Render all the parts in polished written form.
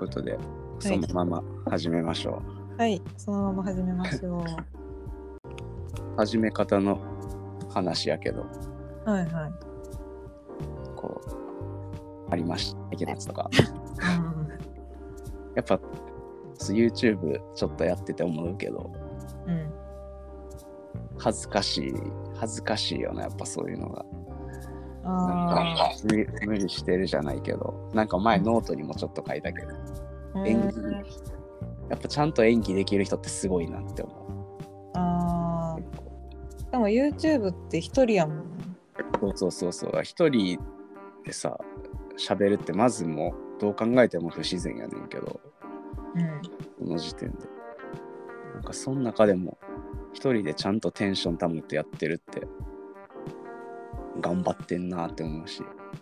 ことで、そのまま始めましょう。はい、そのまま始めましょう。 始め方の話やけど、 はいはい。 こうありました的なやつとか、やっぱ YouTube ちょっとやってて思うけど、恥ずかしいよな、やっぱそういうのが。なんか無理してるじゃないけど、なんか前ノートにもちょっと書いたけど、演技やっぱちゃんと演技できる人ってすごいなって思う。 しかも YouTube って一人やもん。 そう一人でさ喋るってまずもうどう考えても不自然やねんけど、この時点でなんかその中でも一人でちゃんとテンション保ってやってるって頑張ってんなって思うし。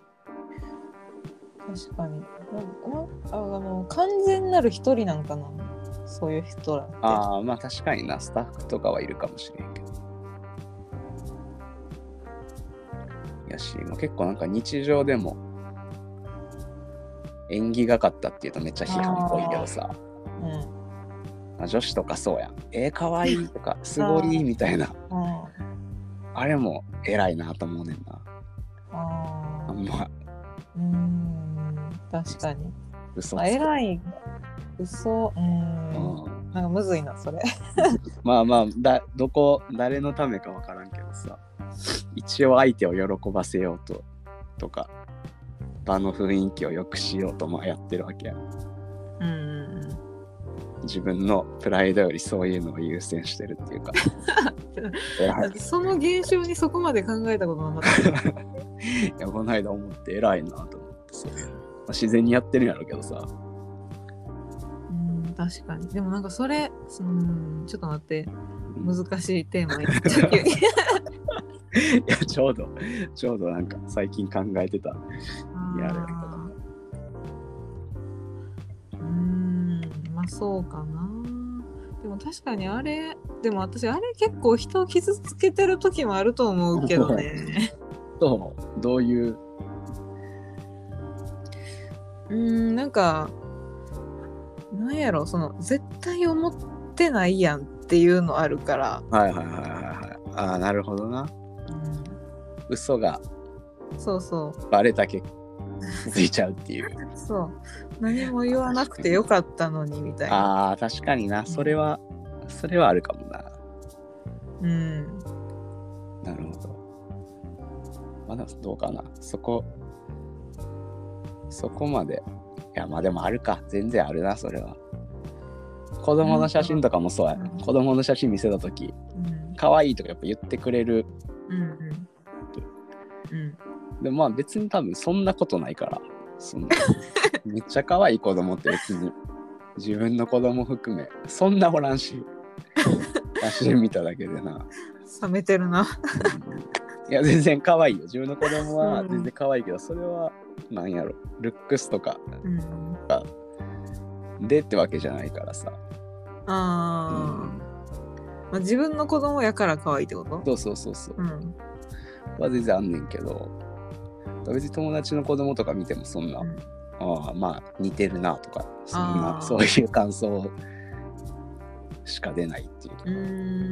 確かに。完全なる一人なんかな、そういう人らって。 まあ確かにな、スタッフとかはいるかもしれんけど。やし、もう結構なんか日常でも演技がかったっていうとめっちゃ批判っぽいけどさ、女子とかそうやん、かわいいとかすごいみたいな、あれも偉いなと思うねんな。 確かに。 嘘偉い。嘘。なんかむずいなそれ。 まあ誰のためかわからんけどさ、一応相手を喜ばせようとか場の雰囲気を良くしようとやってるわけや。自分のプライドよりそういうのを優先してるっていうかその現象にそこまで考えたことなかったいや、この間思って偉いなと思ってさ、自然にやってるんやろうけどさ。 確かに。でもなんかそれちょっと待って、難しいテーマになっちゃういやちょうどなんか最近考えてたやるやまあそうかな。でも確かにでも私あれ結構人を傷つけてる時もあると思うけどね。 どういうなんかなんやろ、絶対思ってないやんっていうのあるから。 なるほどな。嘘がバレたけついちゃうっていう。 そう何も言わなくてよかったのにみたいな。 確かにな、それはあるかもな。なるほど。まだどうかな、そこまで。いやまあでもあるか、全然あるなそれは。子供の写真とかもそうや、子供の写真見せたとき、可愛いとかやっぱ言ってくれる。でもまあ別に多分そんなことないから、めっちゃ可愛い子供って別に自分の子供含めそんなおらんし、写真見ただけでな。 冷めてるな。 いや全然可愛いよ、自分の子供は全然可愛いけど、それはなんやろ、ルックスとかでってわけじゃないからさ。 自分の子供やから可愛いってこと？ そう。は全然あんねんけど、別に友達の子供とか見てもそんな、まあ似てるなとか、そういう感想しか出ないっていう。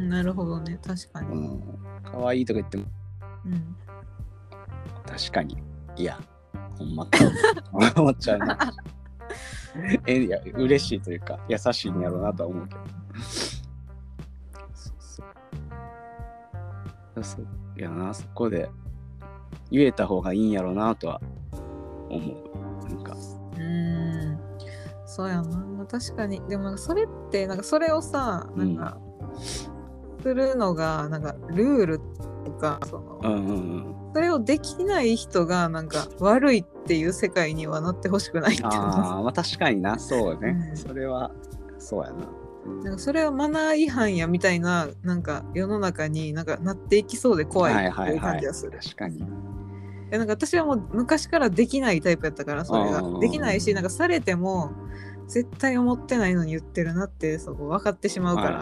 なるほどね、確かに。 可愛いとか言っても、確かにいやほんまか思っちゃうな。いや嬉しいというか優しいんやろうなとは思うけど。そういやな、そこで言えた方がいいんやろうなとは思う。なんかそうやな、確かに。でもなんかそれってなんかそれをさ、なんかするのがなんかルールとかそれをできない人がなんか悪いっていう世界にはなってほしくないって思う。 まあ確かにな、そうね、それはそうやな。 なんかそれはマナー違反やみたいな、なんか世の中になんかなっていきそうで怖いっていう感じがする。 確かに。 なんか私はもう昔からできないタイプやったから、それができないし、なんかされても絶対思ってないのに言ってるなってそこ分かってしまうから、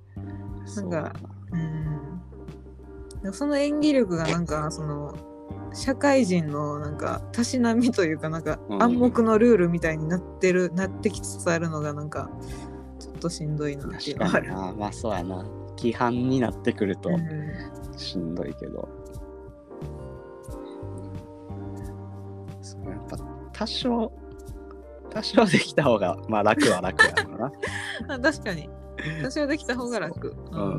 なんかその演技力がなんか社会人のなんかたしなみというかなんか暗黙のルールみたいになってきつつあるのがなんかちょっとしんどいなっていうのはある。 まあそうやな。規範になってくるとしんどいけど、そうやっぱ多少できた方がまあ楽は楽やろな。 確かに多少できた方が楽。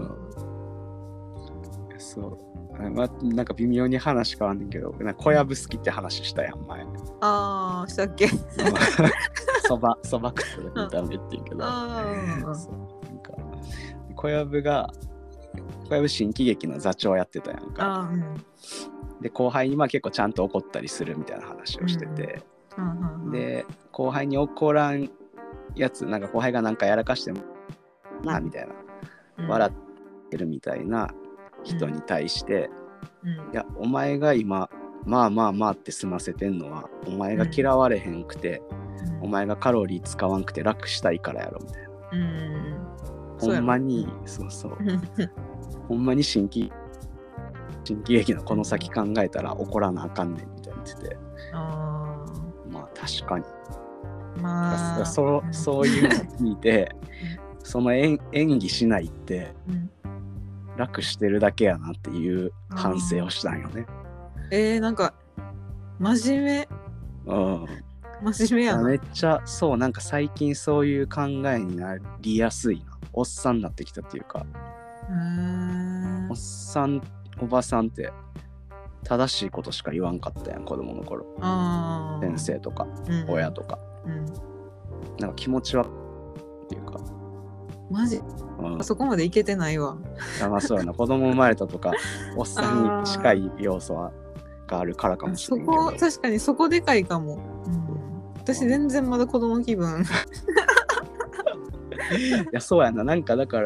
そうまあなんか微妙に話変わんねんけど、小籔好きって話したやん前。 ああしたっけ？ そば食った時に食べってんけど、なんか小籔新喜劇の座長やってたやんか。で後輩にまあ結構ちゃんと怒ったりするみたいな話をしてて、で後輩に怒らんやつ、なんか後輩がなんかやらかしてもなみたいな、笑ってるみたいな人に対して、いやお前が今まあって済ませてんのはお前が嫌われへんくて、お前がカロリー使わんくて楽したいからやろみたいな、ほんまにそうほんまに新喜劇のこの先考えたら怒らなあかんねんみたいな言ってて、まあ確かに、まあそういうのを聞いてその演技しないって楽してるだけやなっていう反省をしたんよね。 なんか真面目やな。 めっちゃそう、なんか最近そういう考えになりやすいな。おっさんになってきたっていうか、おっさんおばさんって正しいことしか言わんかったやん子供の頃。先生とか、親とか、なんか気持ちはっていうかマジ、そこまでいけてないわ。 まあそうやな、子供生まれたとかおっさんに近い要素があるからかもしれないけど、 確かにそこでかいかも。私全然まだ子供気分。 いやそうやな、なんかだから、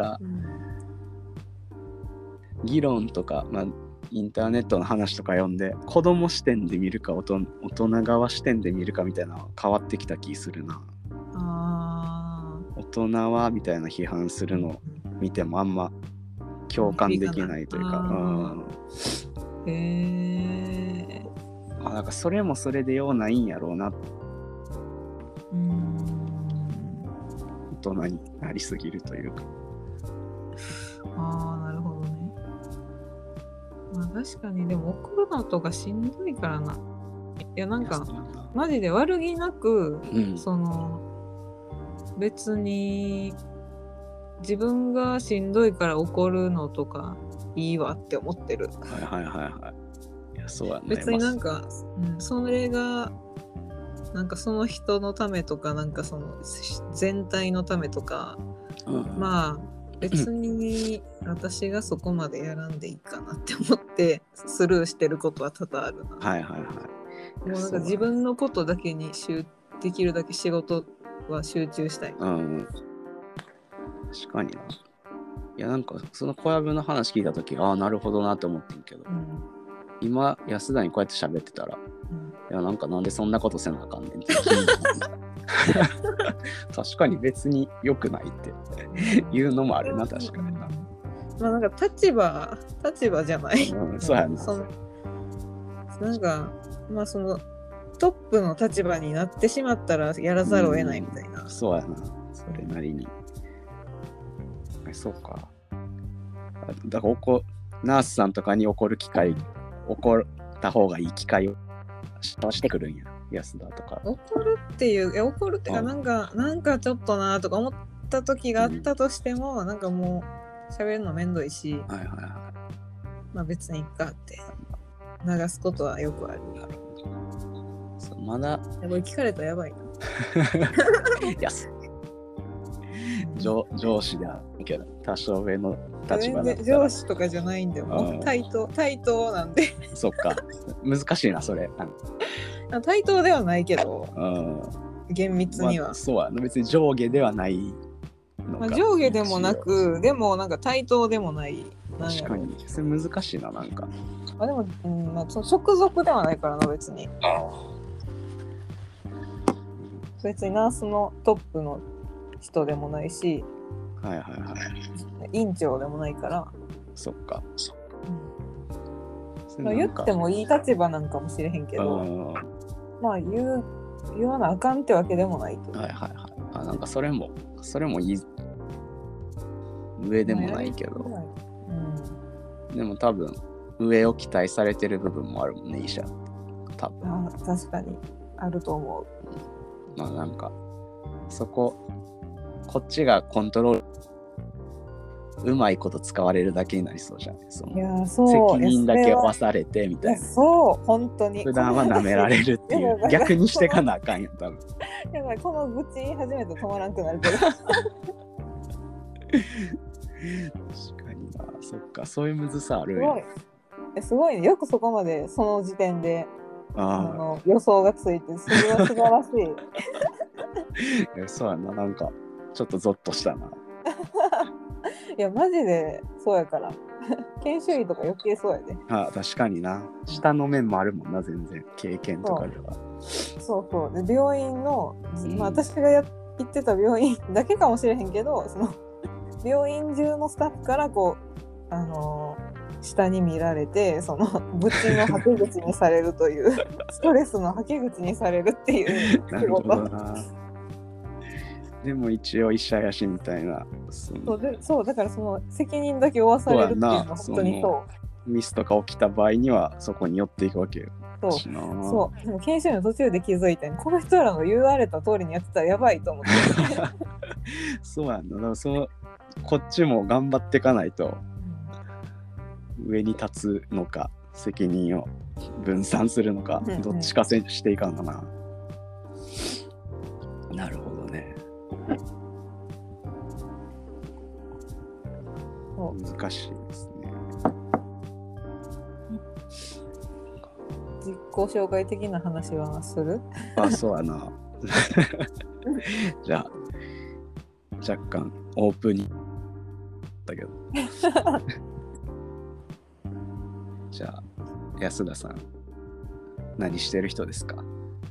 議論とか、まあ、インターネットの話とか読んで子供視点で見るか大人側視点で見るかみたいなの変わってきた気するな。大人はみたいな批判するのを見てもあんま共感できないというか、なんかそれもそれでようないんやろうな。大人になりすぎるというか。 なるほどね。まあ確かにでも怒るのとかしんどいからな。いやなんかマジで悪気なく、その別に自分がしんどいから怒るのとかいいわって思ってる。 いやそうやね。 別になんか、それがなんかその人のためとかなんかその全体のためとか、まあ別に私がそこまでやらんでいいかなって思ってスルーしてることは多々あるな。もうなんか自分のことだけにできるだけ仕事は集中したい。 確かにな。いやなんかその小籔の話聞いた時なるほどなって思ってんけど、今安田にこうやって喋ってたら、いやなんかなんでそんなことせなあかんねんって確かに別に良くないっていうのもあるな。確かにな。 まあなんか立場じゃない、 そうやな。 なんかまあそのトップの立場になってしまったらやらざるを得ないみたいな。 そうやな、それなりに。そうか。だからナースさんとかに怒った方がいい機会をしてくるんや、安田とか。 怒るっていうかなんかちょっとなとか思った時があったとしても、なんかもう喋るのめんどいし、まあ別にいっかって流すことはよくある。 まだこれ聞かれたらやばいな。 いや上司だけど多少上の立場だったら上司とかじゃないんで、もう対等なんで。 そっか、難しいなそれ。 対等ではないけど、厳密には、 そうやな、別に上下ではないのか、 上下でもなく、でもなんか対等でもない。 確かにそれ難しいな。なんかでも、その直属ではないからな別に。別にナースのトップの人でもないし、院長でもないから。 そっか。 言ってもいい立場なんかもしれへんけど、まあ言わなあかんってわけでもないと。 はいはいはい。あ、なんかそれもいい上でもないけど、でも多分上を期待されてる部分もあるもんね、医者。多分。 確かにあると思う。 まあなんかこっちがコントロールうまいこと使われるだけになりそうじゃない。 いやそう責任だけ負わされてみたいな。 そう本当に普段は舐められるっていう逆にしてかなあかんよ多分。 やばい、この愚痴言い始めたら止まらんくなるけど確かにな。そっか、そういうむずさあるんや。 すごいね。よくそこまでその時点で予想がついて、それは素晴らしい。 そうやな、なんかちょっとゾッとしたな。 いやマジでそうやから研修医とか余計そうやで。 確かにな。下の面もあるもんな、全然経験とかでは。 そうで病院の、私が行ってた病院だけかもしれへんけど、その病院中のスタッフからこう下に見られて、その愚痴のはけ口にされるというストレスのはけ口にされるっていうなるほどな。でも一応医者やしみたいな。 そうだからその責任だけ負わされるっていうのは本当にそう。 ミスとか起きた場合にはそこに寄っていくわけよ。 そうでも研修医の途中で気づいて、この人らの言われた通りにやってたらやばいと思ってそうやんな。だからこっちも頑張っていかないと、上に立つのか責任を分散するのか、どっちかしていかんのな。なるほどね。難しいですね。 自己紹介的な話はする？ そうやな。じゃあ若干オープンにだけどじゃあ安田さん、何してる人ですか？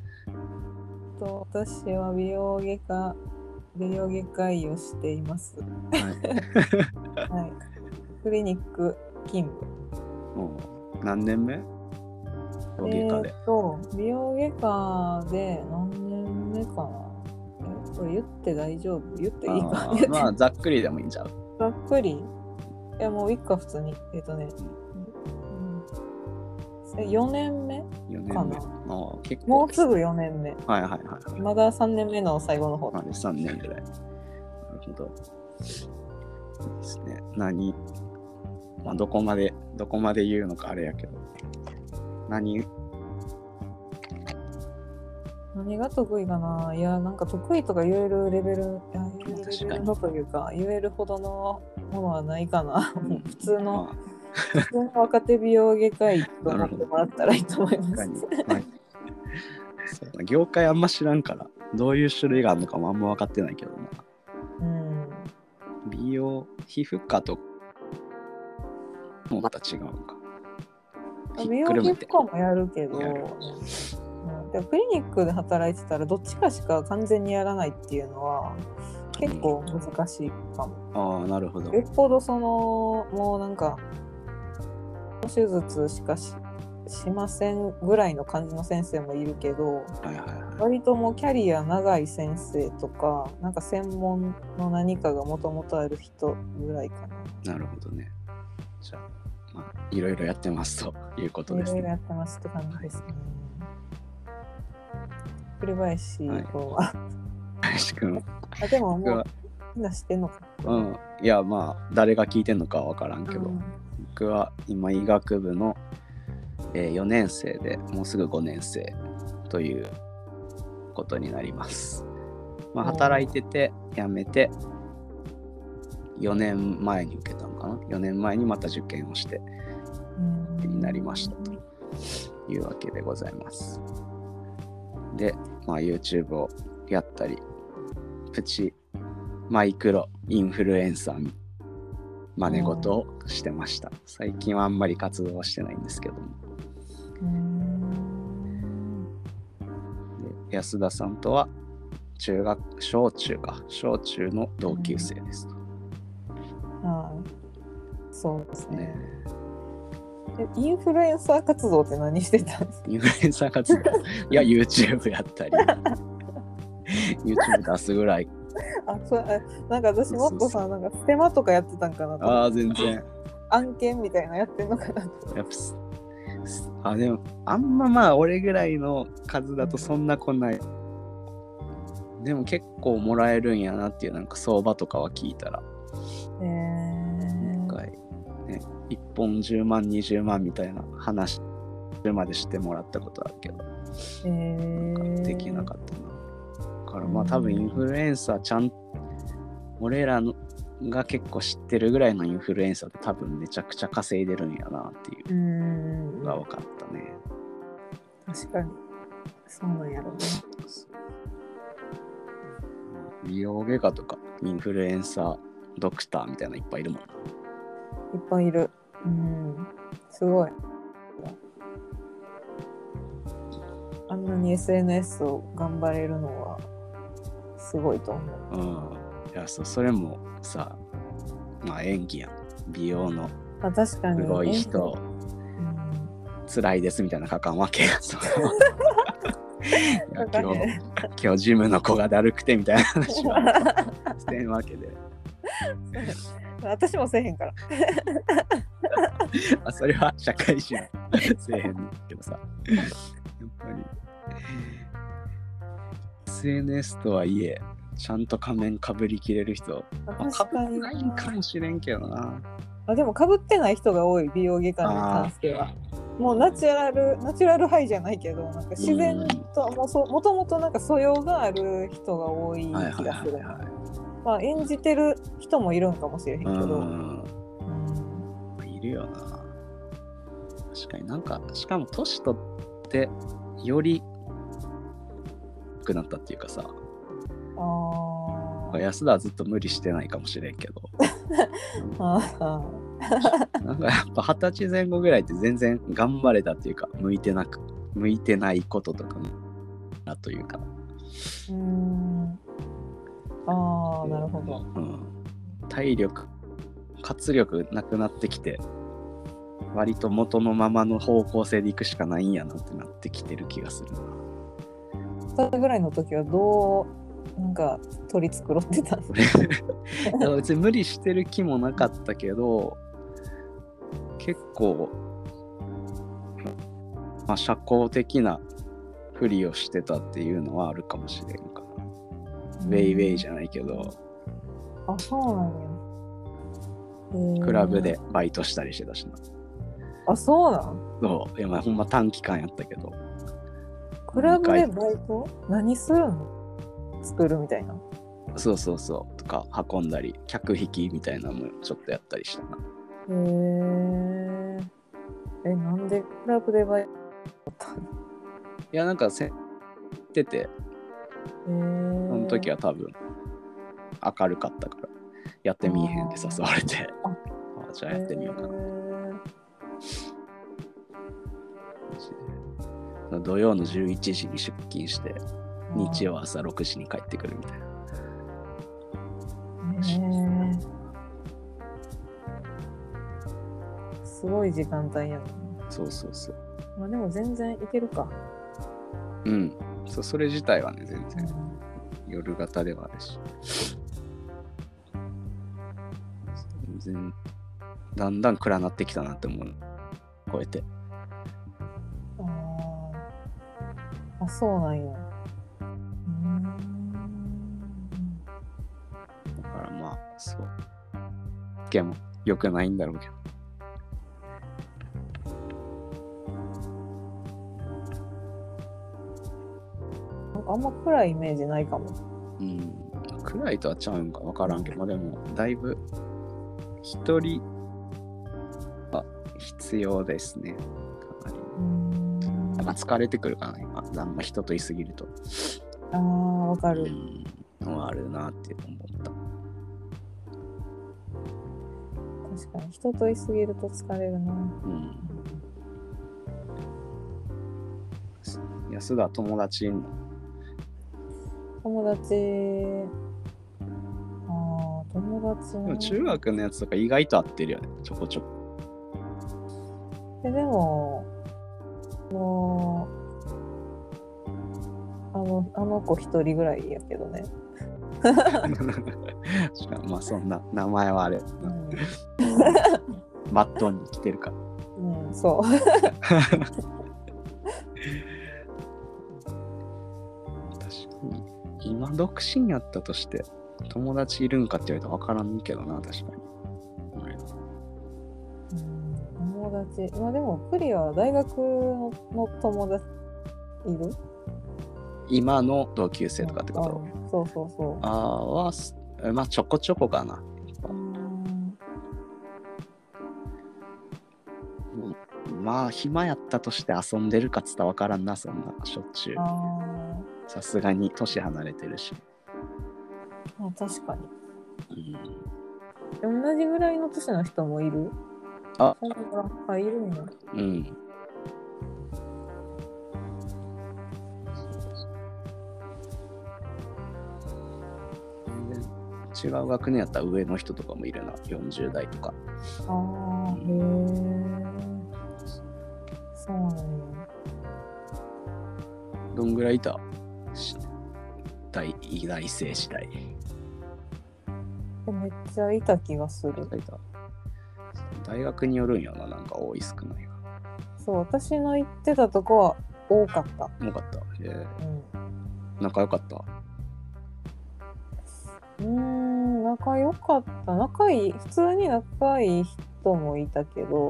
私は美容外科医をしています。はい。クリニック勤務。 何年目？美容外科で。 美容外科で何年目かな。これ言って大丈夫？言っていいか？ まあざっくりでもいいんちゃう？ ざっくり？いやもういっか普通に。4年目かな。 結構もうすぐ4年目。 はい。 まだ3年目の最後の方。 3年ぐらい。なるほど。いいですね。どこまで言うのかあれやけど。何が得意かな。いやなんか得意とか言えるレベルのというか、言えるほどのものはないかな。普通の若手美容外科医と思ってもらったらいいと思います。 そう業界あんま知らんからどういう種類があるのかもあんま分かってないけどな。美容皮膚科ともまた違うのか。 美容皮膚科もやるけど、クリニックで働いてたらどっちかしか完全にやらないっていうのは結構難しいかも。 なるほど。 よっぽどもうなんか手術しか しませんぐらいの感じの先生もいるけど、割ともうキャリア長い先生とかなんか専門の何かがもともとある人ぐらいかな。なるほどね。じゃあいろいろやってますということですね。 いろいろやってますって感じですね。栗林君は、 林君でももうみんな知ってんのか。 いや誰が聞いてんのかは分からんけど、僕は今医学部の、4年生でもうすぐ5年生ということになります。働いてて辞めて4年前に受けたのかな。4年前にまた受験をしてになりましたというわけでございます。で、YouTube をやったりプチマイクロインフルエンサー真似事をしてました。最近はあんまり活動はしてないんですけども。で安田さんとは小中の同級生ですと。 そうですね。 インフルエンサー活動って何してたんですか？ インフルエンサー活動いや YouTube やったりYouTube 出すぐらい。 なんか私もっとさ、なんかステマとかやってたんかなと。 ああ、全然。 案件みたいなやってんのかなと。 やっぱでもあんままあ俺ぐらいの数だとそんな来ない。でも結構もらえるんやなっていうなんか相場とかは聞いたら。一回ね、1本10万20万みたいな話までしてもらったことあるけど、なんかできなかったな。だからまあ多分インフルエンサー俺らのが結構知ってるぐらいのインフルエンサーって多分めちゃくちゃ稼いでるんやなっていうのが分かったね。 確かにそうなんやろうね。 美容外科とかインフルエンサードクターみたいなのいっぱいいるもんな。 いっぱいいる。すごい。あんなに SNS を頑張れるのはすごいと思う。 いやそれもさ、まあ演技やん。美容の確かにすごい人、辛いですみたいな書かんわけや。今日ジムの子がだるくてみたいな話はしてんわけで。 私もせえへんからそれは社会人せえへんけどさ、やっぱり SNS とはいえちゃんと仮面かぶりきれる人、かぶってないかもしれんけどな。 でもかぶってない人が多い、美容外科に関しては。もうナチュラルハイじゃないけど、なんか自然ともともとなんか素養がある人が多い気がする。まあ演じてる人もいるんかもしれへんけど、 いるよな。確かになんかしかも年取ってより良くなったっていうかさ。安田はずっと無理してないかもしれんけどなんかやっぱ20歳前後ぐらいって全然頑張れたっていうか向いてないこととかなというかなるほど、 体力活力なくなってきて割と元のままの方向性で行くしかないんやなってなってきてる気がするな。 2歳ぐらいの時はどうなんか取り繕ってたの別に無理してる気もなかったけど結構、まあ、社交的なふりをしてたっていうのはあるかもしれんかな。ウェイウェイじゃないけどそうなんや。 クラブでバイトしたりしてたしな。 そうなん？ そういやまあほんま短期間やったけど。 クラブでバイト？何するの？作るみたいな。 そうとか運んだり客引きみたいなのもちょっとやったりしたな。 なんでクラブでバイトだったの？ いやなんかててその時は多分明るかったからやってみえへんって誘われてじゃあやってみようかな。土曜の11時に出勤して日曜朝6時に帰ってくるみたいな。 すごい時間帯やな。 そう。 まあでも全然いけるか。 それ自体はね全然、夜型ではあるし。全然だんだん暗なってきたなって思う。超えて。 そうなんや。 だからまあそうけも良くないんだろうけど。 なんかあんま暗いイメージないかも。 暗いとはちゃうんか分からんけど、でもだいぶ一人は必要ですね。かなり。なんか疲れてくるかな今。あんま人といすぎると。 わかる。 あるなって思った。 確かに人といすぎると疲れるな。 安田友達いんの？ 友達でも中学のやつとか意外と合ってるよね。ちょこちょこ。 でももうあの子一人ぐらいやけどね。 まあそんな名前はあれ、マットンに来てるから。 うん、そう。 確かに今独身やったとして友達いるんかって言われたら分からんけどな、確かに。 友達、まあでもプリは大学の友達いる？ 今の同級生とかってこと？ そうそうそう。 はまあちょこちょこかな。まあ暇やったとして遊んでるかつったら分からんな、そんなしょっちゅう。さすがに年離れてるし。 あ、確かに。同じぐらいの年の人もいる？ あ、 いるんや。 うん。違う学年やったら上の人とかもいるな、40代とか。 ああ、へえ。そうなんや。 どんぐらいいた？大生時代。 めっちゃいた気がする。 大学によるんよな、なんか多い少ないが。 そう、私の行ってたとこは多かった。 多かった。仲良かった？ 仲良かった。普通に仲いい人もいたけど、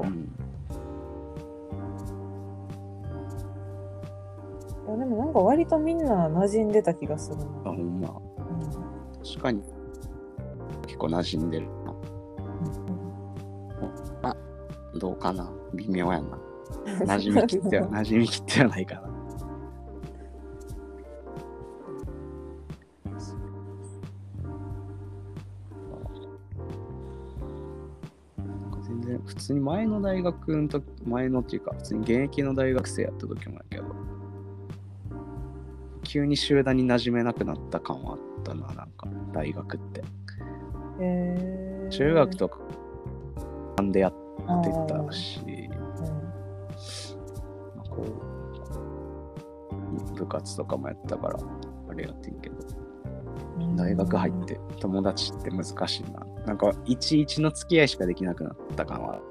いやでもなんか割とみんな馴染んでた気がするな。 あ、ほんま。確かに結構馴染んでるな。あ、どうかな、微妙やな。馴染みきってはないかな。全然普通に前の大学の時、前のっていうか普通に現役の大学生やった時もやけど、急に集団に馴染めなくなった感はあったな、なんか大学って。中学とかでやってたし、こう部活とかもやったからあれやってんけど、大学入って友達って難しいな。なんか11の付き合いしかできなくなった感は。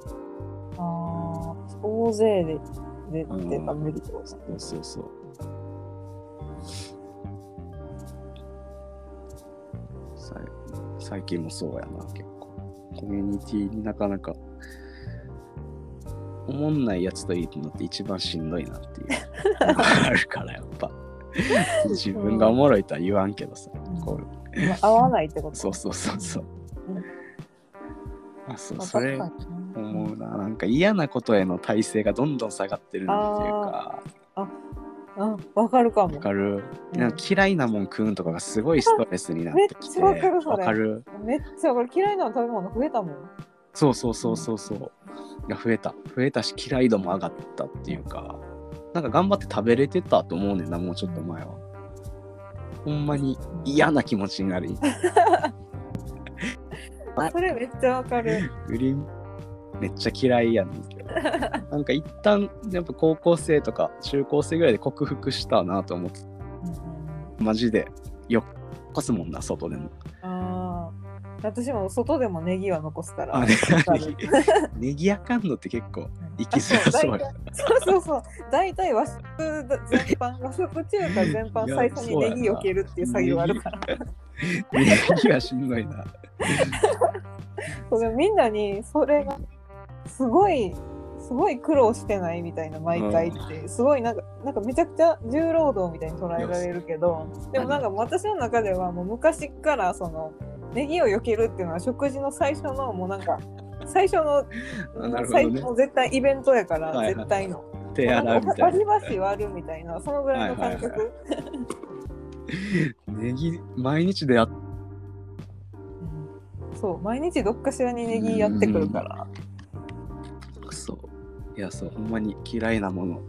大勢でってか無理ってこと？ そうそう。最近もそうやな、結構コミュニティになかなかおもんないやつといるのって一番しんどいなっていうのがあるから、やっぱ自分がおもろいとは言わんけどさ、こう合わないってこと？ そう、あ、それ思うな。なんか嫌なことへの耐性がどんどん下がってるなっていうか。 わかるかも。 わかる。なんか嫌いなもん食うんとかがすごいストレスになってきて。 めっちゃわかる。 めっちゃわかる。嫌いな食べ物増えたもん。 そう。いや、増えたし嫌い度も上がったっていうか、なんか頑張って食べれてたと思うねんな、もうちょっと前は。ほんまに嫌な気持ちになる。 それめっちゃわかる。 グリーンめっちゃ嫌いやねんけど。なんか一旦やっぱ高校生とか中高生ぐらいで克服したなと思って、マジでよっこすもんな、外でも。 私も外でもネギは残すから。 ネギあかんのって結構いきづらそうや。 そう。大体和食全般、和食中華全般最初にネギを切るっていう作業あるから。 ネギはしんどいな。 みんなにそれがすごい苦労してないみたいな、毎回ってすごいなんかめちゃくちゃ重労働みたいに捉えられるけど、でもなんか私の中ではもう昔からそのネギを避けるっていうのは食事の最初のもうなんか最初のもう絶対イベントやから、絶対の手洗うみたいな、 割り箸割るみたいな、そのぐらいの感覚。 ネギ毎日でやっそう毎日どっかしらにネギやってくるから。 いや、そう、ほんまに嫌いなもの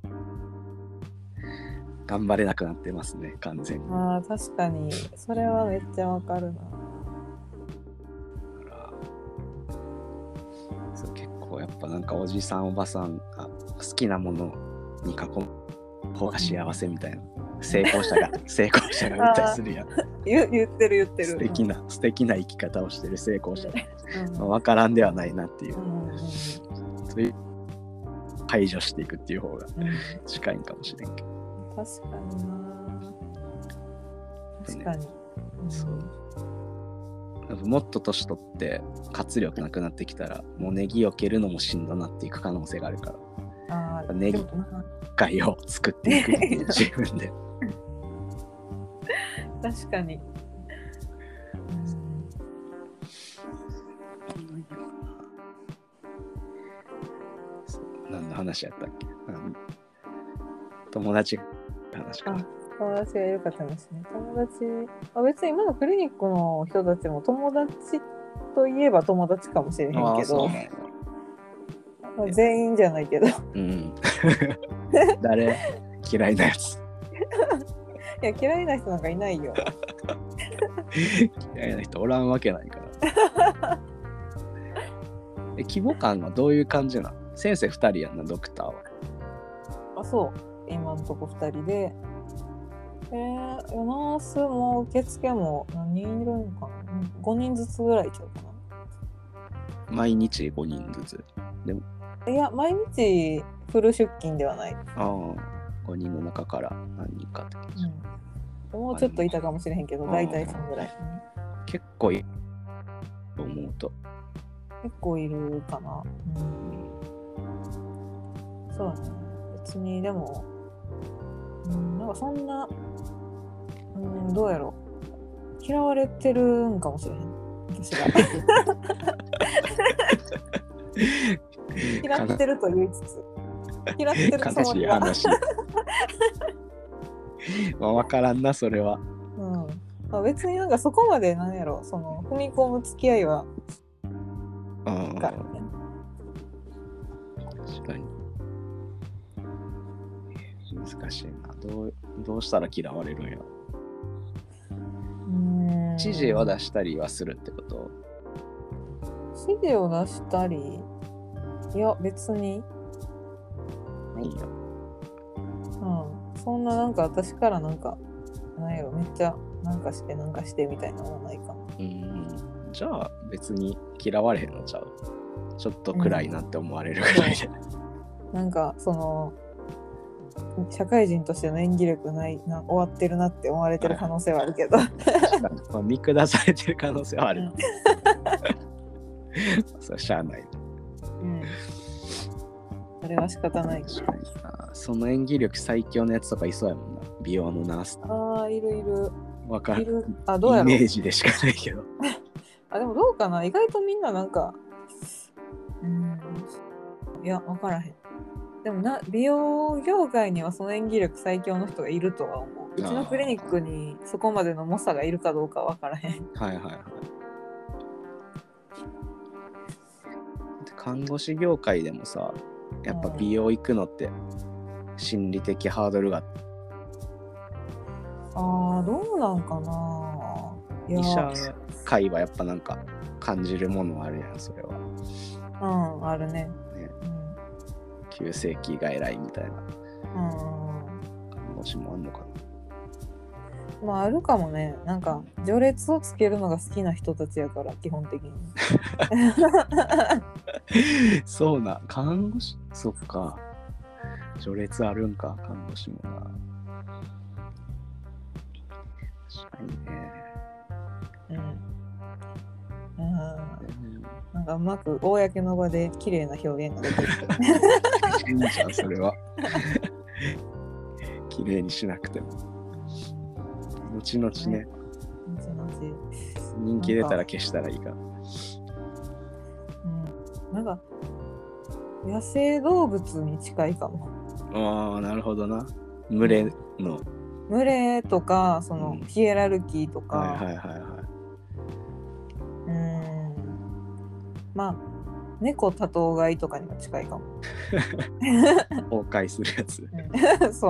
頑張れなくなってますね、完全に。 確かにそれはめっちゃわかるな。 そう、結構やっぱぱなんかおじさんおばさんが好きなものに囲む方が幸せみたいな、成功者が言ったりするやん。 言ってる素敵な生き方をしてる成功者が、 うん分からんではないなっていう、 うんそういう排除していくっていう方が近いんかもしれんけど、 確かにな。確かに、 そうもっと年取って活力なくなってきたらもうネギを蹴るのもしんどなっていく可能性があるから、ネギ界を作っていくっていう自分で確かに、 何の話やったっけ？友達の話か。 友達がいるかったんですね。友達、別に今のクリニックの人たちも友達といえば友達かもしれへんけど、全員じゃないけど。 誰？嫌いなやつ。 いや、嫌いな人なんかいないよ。 嫌いな人おらんわけないから。規模感はどういう感じなの？先生2人やんな、ドクターは。 そう。今のとこ2人で。ナースも受付も何人いるんかな？ 5 人ずつぐらいちゃうかな。毎日5人ずつ。でもいや、毎日フル出勤ではない。 5人の中から何人かって感じ。 もうちょっといたかもしれへんけど、大体そのぐらい。 結構いると思うと。 結構いるかな。そうだね。別にでも、なんかそんな、どうやろう。嫌われてるんかもしれへん。私が。嫌ってると言いつつ。嫌ってるつもりは。 悲しい話。分からんな、それは。 別になんかそこまでなんやろ、その踏み込む付き合いは。 確かに。難しいな。どうしたら嫌われるんやろ。指示を出したりはするってこと？ 指示を出したり、いや別にいいよ。 そんななんか私からなんかなんやろ、めっちゃなんかしてみたいなのはないかな。 じゃあ別に嫌われへんのちゃう？ちょっと暗いなって思われるぐらいで、 なんかその社会人としての演技力ないな、終わってるなって思われてる可能性はあるけど、 見下されてる可能性はある。それはしゃあない。 それは仕方ない。 その演技力最強のやつとかいそうやもんな、美容のナース。 いる。 わかる。 どうやろう。 イメージでしかないけど。 でもどうかな、意外とみんななんかいや分からへん。でも美容業界にはその演技力最強の人がいるとは思う。うちのクリニックにそこまでの猛者がいるかどうかは分からへん。 看護師業界でもさ、やっぱ美容行くのって心理的ハードルがどうなんかな。 医者界はやっぱなんか感じるものあるやん、それは。 あるね。 急性期外来みたいな。看護師もあんのかな。あるかもね。なんか序列をつけるのが好きな人たちやから、基本的に。 そうな、看護師、そっか。序列あるんか、看護師もな。確かにね。なんかうまく公の場で綺麗な表現が出てる。 いいじゃん、それは。綺麗にしなくても。後々ね。人気出たら消したらいいから。 なんか野生動物に近いかも。 なるほどな。群れとかそのヒエラルキーとか。猫多頭飼いとかにも近いかも。 崩壊するやつ。 そう。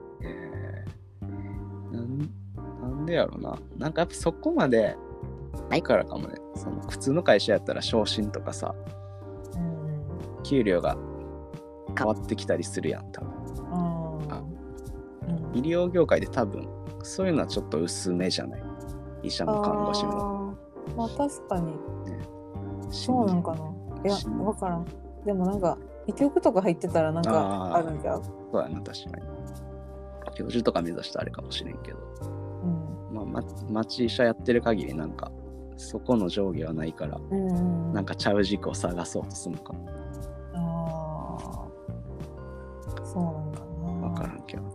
なんでやろな。なんかやっぱそこまでないからかもね。その普通の会社やったら昇進とかさ、給料が変わってきたりするやん、多分。医療業界で多分そういうのはちょっと薄めじゃない？医者も看護師も。 まあ確かに、ね、そうなんかな。いや分からん。でもなんか医局とか入ってたらなんかあるんじゃう？ そうやな、確かに。教授とか目指したらあれかもしれんけど、まあ町医者やってる限りなんかそこの上下はないから、なんかちゃう軸を探そうとするのかも。 そうなんかな。 分からんけどな。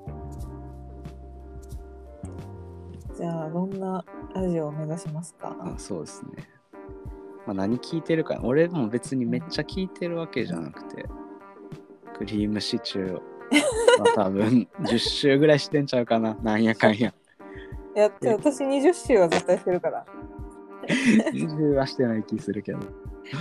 じゃあどんなラジオを目指しますか？ そうですね。まあ、何聞いてるか、俺も別にめっちゃ聞いてるわけじゃなくて、クリームシチューは多分10週ぐらいしてんちゃうかな、なんやかんや。 やって私20週は絶対してるから。 20はしてない気するけど。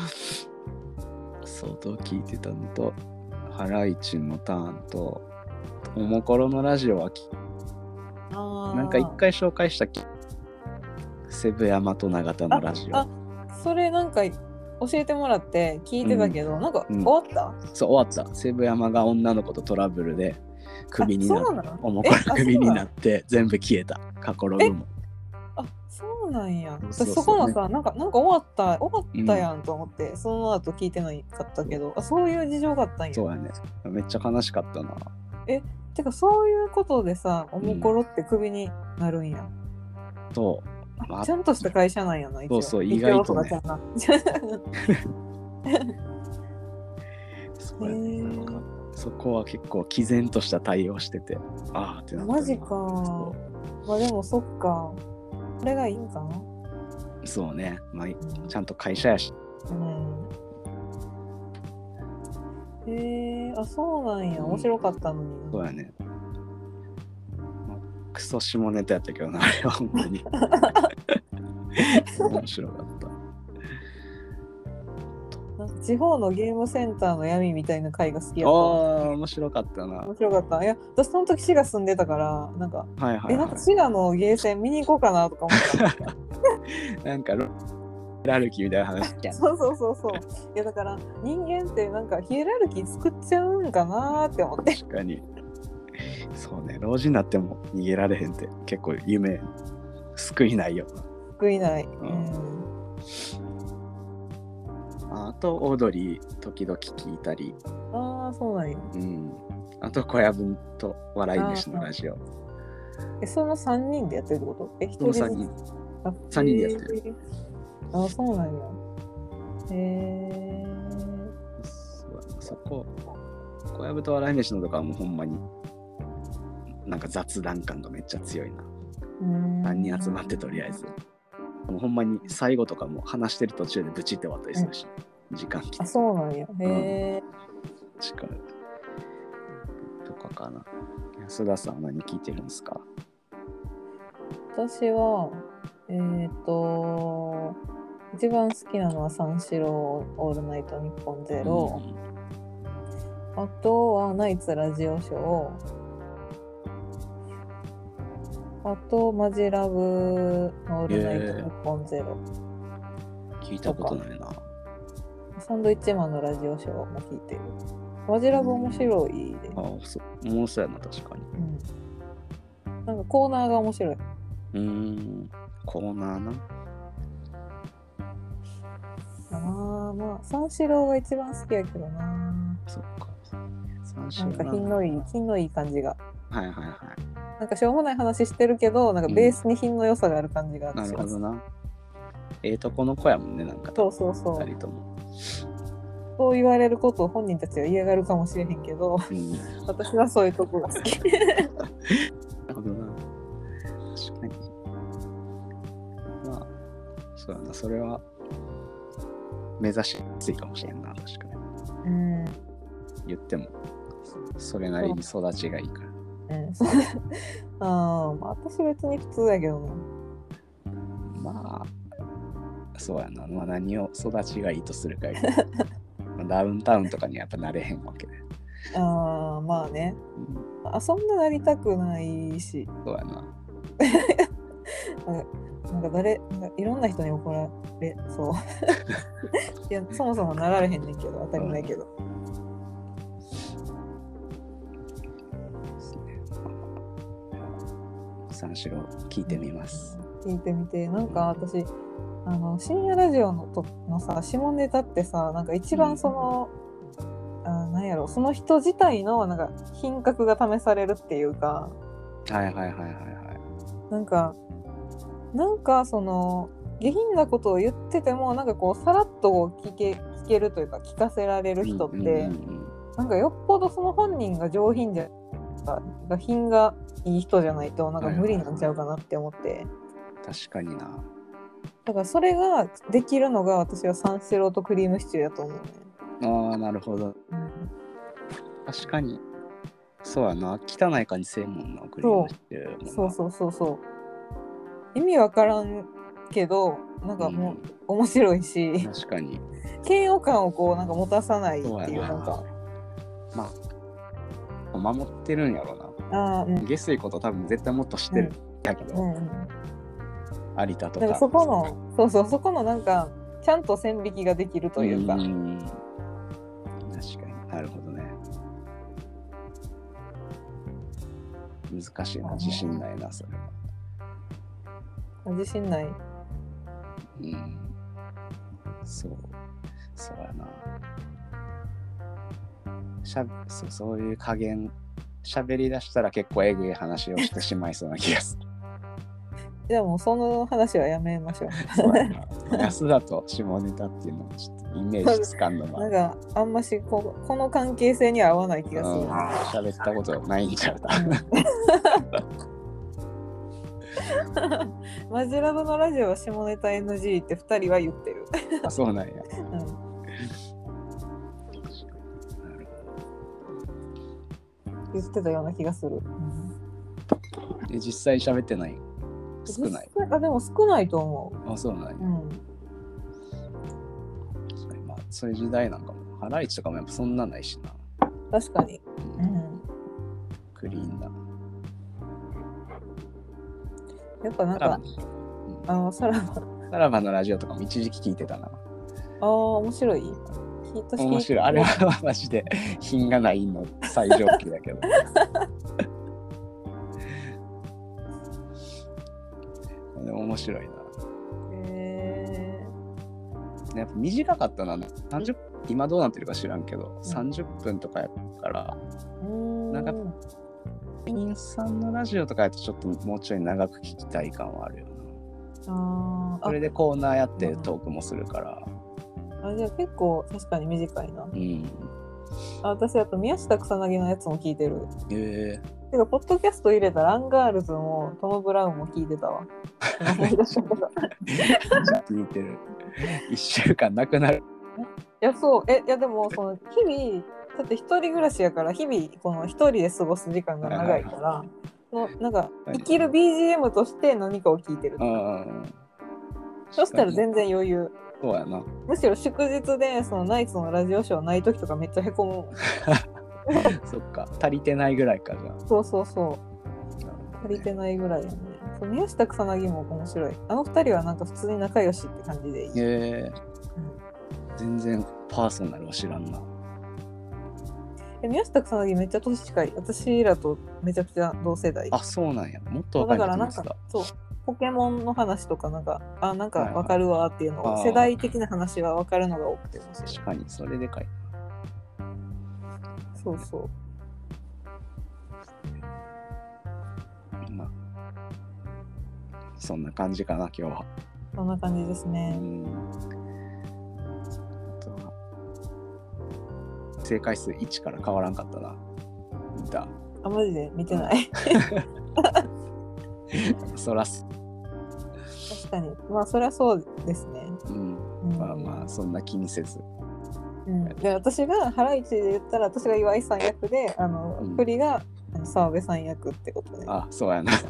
相当聞いてたのと、ハライチのターンと、おもころのラジオはなんか一回紹介したセブ山と永田のラジオ。 それなんか教えてもらって聞いてたけど、なんか終わった？ そう、終わった。セブ山が女の子とトラブルでクビになって、おもころクビになって全部消えた。過去ログも。 そうなんや。そこのさ、なんか終わったやんと思って、その後聞いてないかったけど、そういう事情があったんや。 そうやね。めっちゃ悲しかったな。 てかそういうことでさ、おもころってクビになるんや。 そう。 ちゃんとした会社なんやな、一応。 そう、意外とね。そこは結構毅然とした対応してて、ってなった。 マジか。まあでもそっか。これがいいんかな。 そうね。まあ、ちゃんと会社やし。 そうなんや。面白かったのに。 そうやね。クソ下ネタやったけどな、あれは本当に。面白かった。 なんか地方のゲームセンターの闇みたいな回が好きやった。 面白かったな。 面白かった。いや、私その時滋賀住んでたから、なんか、なんか滋賀のゲーセン見に行こうかなとか思った。 なんかヒエラルキーみたいな話じゃん。 そう。いやだから人間ってなんかヒエラルキー作っちゃうんかなって思って。 確かに。そうね、老人になっても逃げられへんって結構夢救いないよ。 救いない。 あとオードリー時々聞いたり。 そうなんや。 あと小籔と笑い飯のラジオ。 その3人でやってるってこと？1人 3人。3人でやってる。 そうなんや。 そこ小籔と笑い飯のとかはもうほんまになんか雑談感がめっちゃ強いな。何人集まってとりあえずもうほんまに最後とかも話してる途中でブチって終わったりするし、時間切って。 そうなんや。 近いとかかな。安田さんは何聞いてるんですか？ 私は一番好きなのは三四郎オールナイトニッポンゼロ、あとはナイツラジオショー、あとマジラブオールナイトニッポンゼロ、 聞いたことないな。 サンドイッチマンのラジオショーも聞いてる。マジラブ面白いで。 そう、面白いな、確かに。 なんかコーナーが面白い。 コーナーな。 まあ三四郎が一番好きやけどな。 そっか。 なんか品のいい感じが。 はい。 なんかしょうもない話してるけど、なんかベースに品の良さがある感じが。 なるほどな。とこの子やもんね、なんか。 そう。 2人とも。 そう言われることを本人たちは嫌がるかもしれへんけど、私はそういうとこが好き。なるほどな。確かに。まあ、そうだな、それは目指しやすいかもしれんな、確かに。言っても、それなりに育ちがいいから。 私別に普通やけどな。 まあ、そうやな。まあ、何を育ちがいいとするかダウンタウンとかにやっぱなれへんわけで。 まあね。そんななりたくないし。 そうやな。 なんかいろんな人に怒られそういやそもそもなられへんねんけど当たり前けど、 三四郎聞いてみます。 聞いてみて、なんか私深夜ラジオのさ下ネタってさ、なんか一番その、なんやろ、その人自体のなんか品格が試されるっていうか、 はいはいはいはいはい。 なんかその下品なことを言っててもなんかこうさらっと聞けるというか聞かせられる人って、なんかよっぽどその本人が上品じゃが品がいい人じゃないとなんか無理なんちゃうかなって思って、 確かにな。 だからそれができるのが私は三四郎とクリームシチューやと思うね。 ああなるほど、確かにそうやな、汚い感じせんもんな、クリームシチューもな。 そう意味わからんけどなんかもう面白いし、 確かに嫌悪感をこうなんか持たさないっていう、なんかまあ守ってるんやろな。下水こと多分絶対もっとしてるやけど、有田とかそこのなんかちゃんと線引きができるというか、 確かになるほどね。難しいな、自信ないなそれは。 自信ない。 そうやな。そういう加減喋り出したら結構えぐい話をしてしまいそうな気がする。 じゃあもうその話はやめましょう。 そうやな。安田と下ネタっていうのもちょっとイメージつかんのもなんかあんましこの関係性には合わない気がする。喋ったことないんちゃうか。 マジラブのラジオは下ネタ NG って2人は言ってる。 あ、そうなんや。 言ってたような気がする。 実際喋ってない？少ない？ でも少ないと思う。あ、そうなんや。まあそういう時代なんかも。ハライチとかもやっぱそんなないしな。 確かに。 クリーンだ。 やっぱなんかさらばのラジオとかも一時期聞いてたな。 面白い。 面白い。あれはマジで品がないの最上級だけど。でも面白いな。やっぱ短かったな。今どうなってるか知らんけど、30分とかやったから、なんかピンさんのラジオとかやとちょっともうちょい長く聞きたい感はあるよな。それでコーナーやってトークもするから。 じゃあ結構確かに短いな。私あと宮下草薙のやつも聞いてる。てかポッドキャスト入れたらアンガールズもトム・ブラウンも聞いてたわ。聞いてる。1週間なくなる。 いやそういやでもその日々だって一人暮らしやから日々この一人で過ごす時間が長いから、なんか生きる BGM として何かを聞いてる。そしたら全然余裕。 そうやな。 むしろ祝日でそのナイツのラジオショーない時とかめっちゃへこむ。 そっか、足りてないぐらいかじゃあ。 そう足りてないぐらいよね。宮下草薙も面白い。あの二人はなんか普通に仲良しって感じでいい。 全然パーソナルは知らんな。 宮下草薙めっちゃ年近い。私らとめちゃくちゃ同世代。 あ、そうなんや。もっと若い。 だからなんかそうポケモンの話とかなんかなんか分かるわっていうのを、世代的な話は分かるのが多くて面白い。 確かにそれでかい。 そう。 まあそんな感じかな今日は。 そんな感じですね。 正解数1から変わらんかったな。見た？ マジで見てない。 そら確かに。まあそりゃそうですね。 まあそんな気にせず。 で私がハライチで言ったら私が岩井さん役でフリが澤部さん役ってことね。 あ、そうやな。いや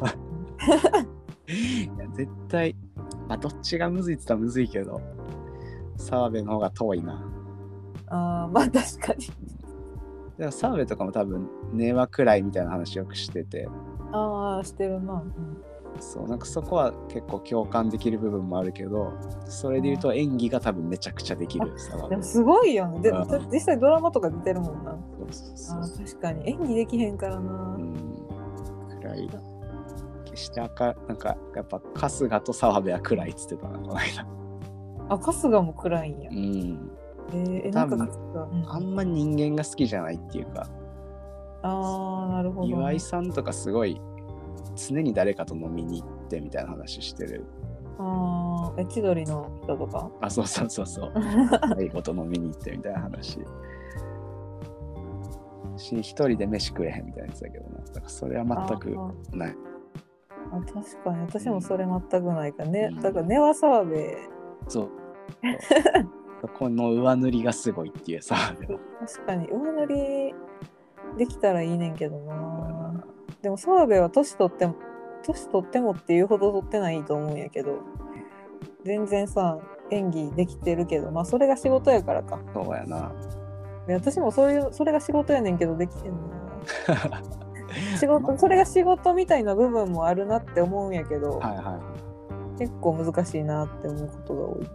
絶対どっちがむずいって言ったらむずいけど澤部の方が遠いな。 まあ確かに。 でも澤部とかも多分根は暗いみたいな話よくしてて。 してるな。 そうなんかそこは結構共感できる部分もあるけど、それで言うと演技が多分めちゃくちゃできるでもすごいよね。実際ドラマとか出てるもんな。 そう確かに演技できへんからな。 暗い。決してなんかやっぱ春日と澤部は暗いっつってたな、この間。 春日も暗いんや。なんかあんま人間が好きじゃないっていうか。 なるほど。 岩井さんとかすごい常に誰かと飲みに行ってみたいな話してる。 千鳥の人とか。 そう最後と飲みに行ってみたいな話。一人で飯食えへんみたいなやつだけどな。だからそれは全くない。 確かに私もそれ全くないからね。だから根は澤部。 そうそこの上塗りがすごいっていう澤部は。 確かに上塗りできたらいいねんけどな。でも澤部は年取ってもっていうほど取ってないと思うんやけど、全然さ演技できてるけど、それが仕事やからか。 そうやな。 私もそれが仕事やねんけどできてんな。それが仕事みたいな部分もあるなって思うんやけど、結構難しいなって思うことが多い。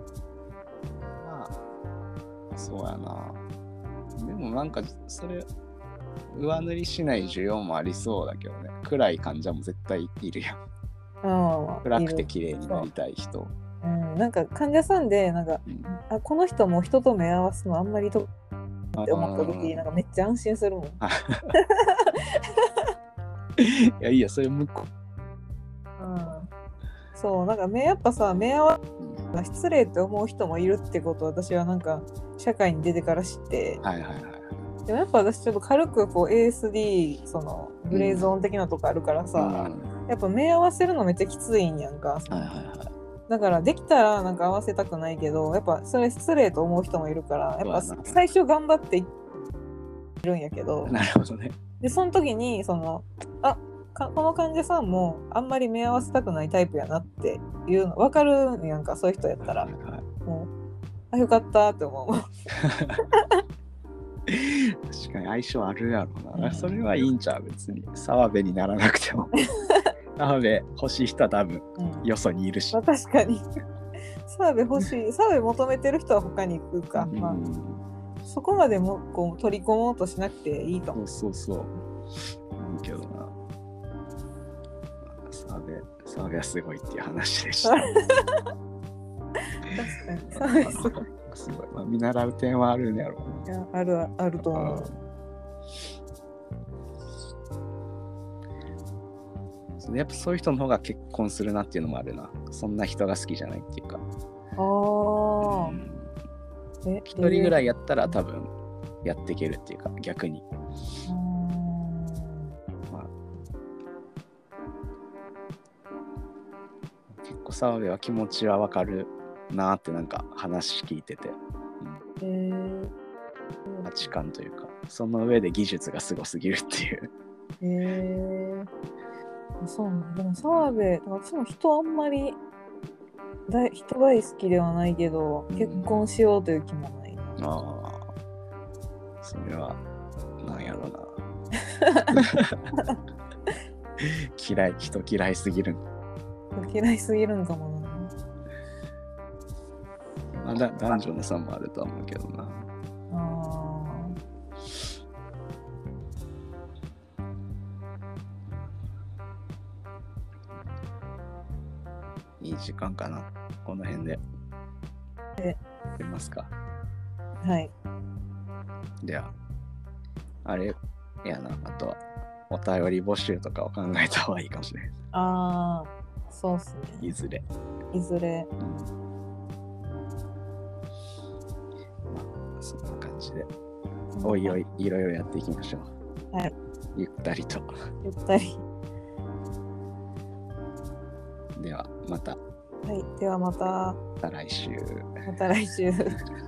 そうやな。でもなんかそれ上塗りしない需要もありそうだけどね。暗い患者も絶対いるやん。暗くて綺麗になりたい人。 なんか患者さんでなんか、この人も人と目合わすのあんまりって思った時なんかめっちゃ安心するもん。 いやそれ向こう。 そうなんかやっぱさ目合わす失礼って思う人もいるってことを私はなんか社会に出てから知って。でもやっぱ私ちょっと軽くこう ASD そのグレーゾーン的なとこあるからさ、やっぱ目合わせるのめっちゃきついんやんか。だからできたらなんか合わせたくないけど、やっぱそれ失礼と思う人もいるから、やっぱ最初頑張っているんやけど。 なるほどね。 でその時にこの患者さんもあんまり目合わせたくないタイプやなっていうの分かるんやんか、そういう人やったら。もうよかったって思う。 確かに相性あるやろうな。それはいいんちゃう別に。澤部にならなくても。澤部欲しい人は多分よそにいるし。 確かに。澤部欲しい。澤部求めてる人は他に行くか。そこまでもこう取り込もうとしなくていいかも。 そう。いいけどな。澤部はすごいっていう話でした。 確かに。 すごい。見習う点はあるんやろう。 いやあると思う。 やっぱそういう人の方が結婚するなっていうのもあるな。そんな人が好きじゃないっていうか。一人ぐらいやったら多分やっていけるっていうか、逆に。結構澤部は気持ちはわかるなってなんか話聞いてて。価値観というか、その上で技術がすごすぎるっていう。 そうなんでも澤部、私も人あんまり人大好きではないけど、結婚しようという気もない。 それはなんやろうな。人嫌いすぎるん。 嫌いすぎるんかもな。男女の差もあるとは思うけどな。いい時間かな。この辺で。出ますか。 はい。 では、あれやな、あとはお便り募集とかを考えた方がいいかもしれない。 そうっすね。 いずれ。そんな感じで、おいおいいろいろやっていきましょう。 はい。 ゆったりと。ではまた。 ではまた。 また来週。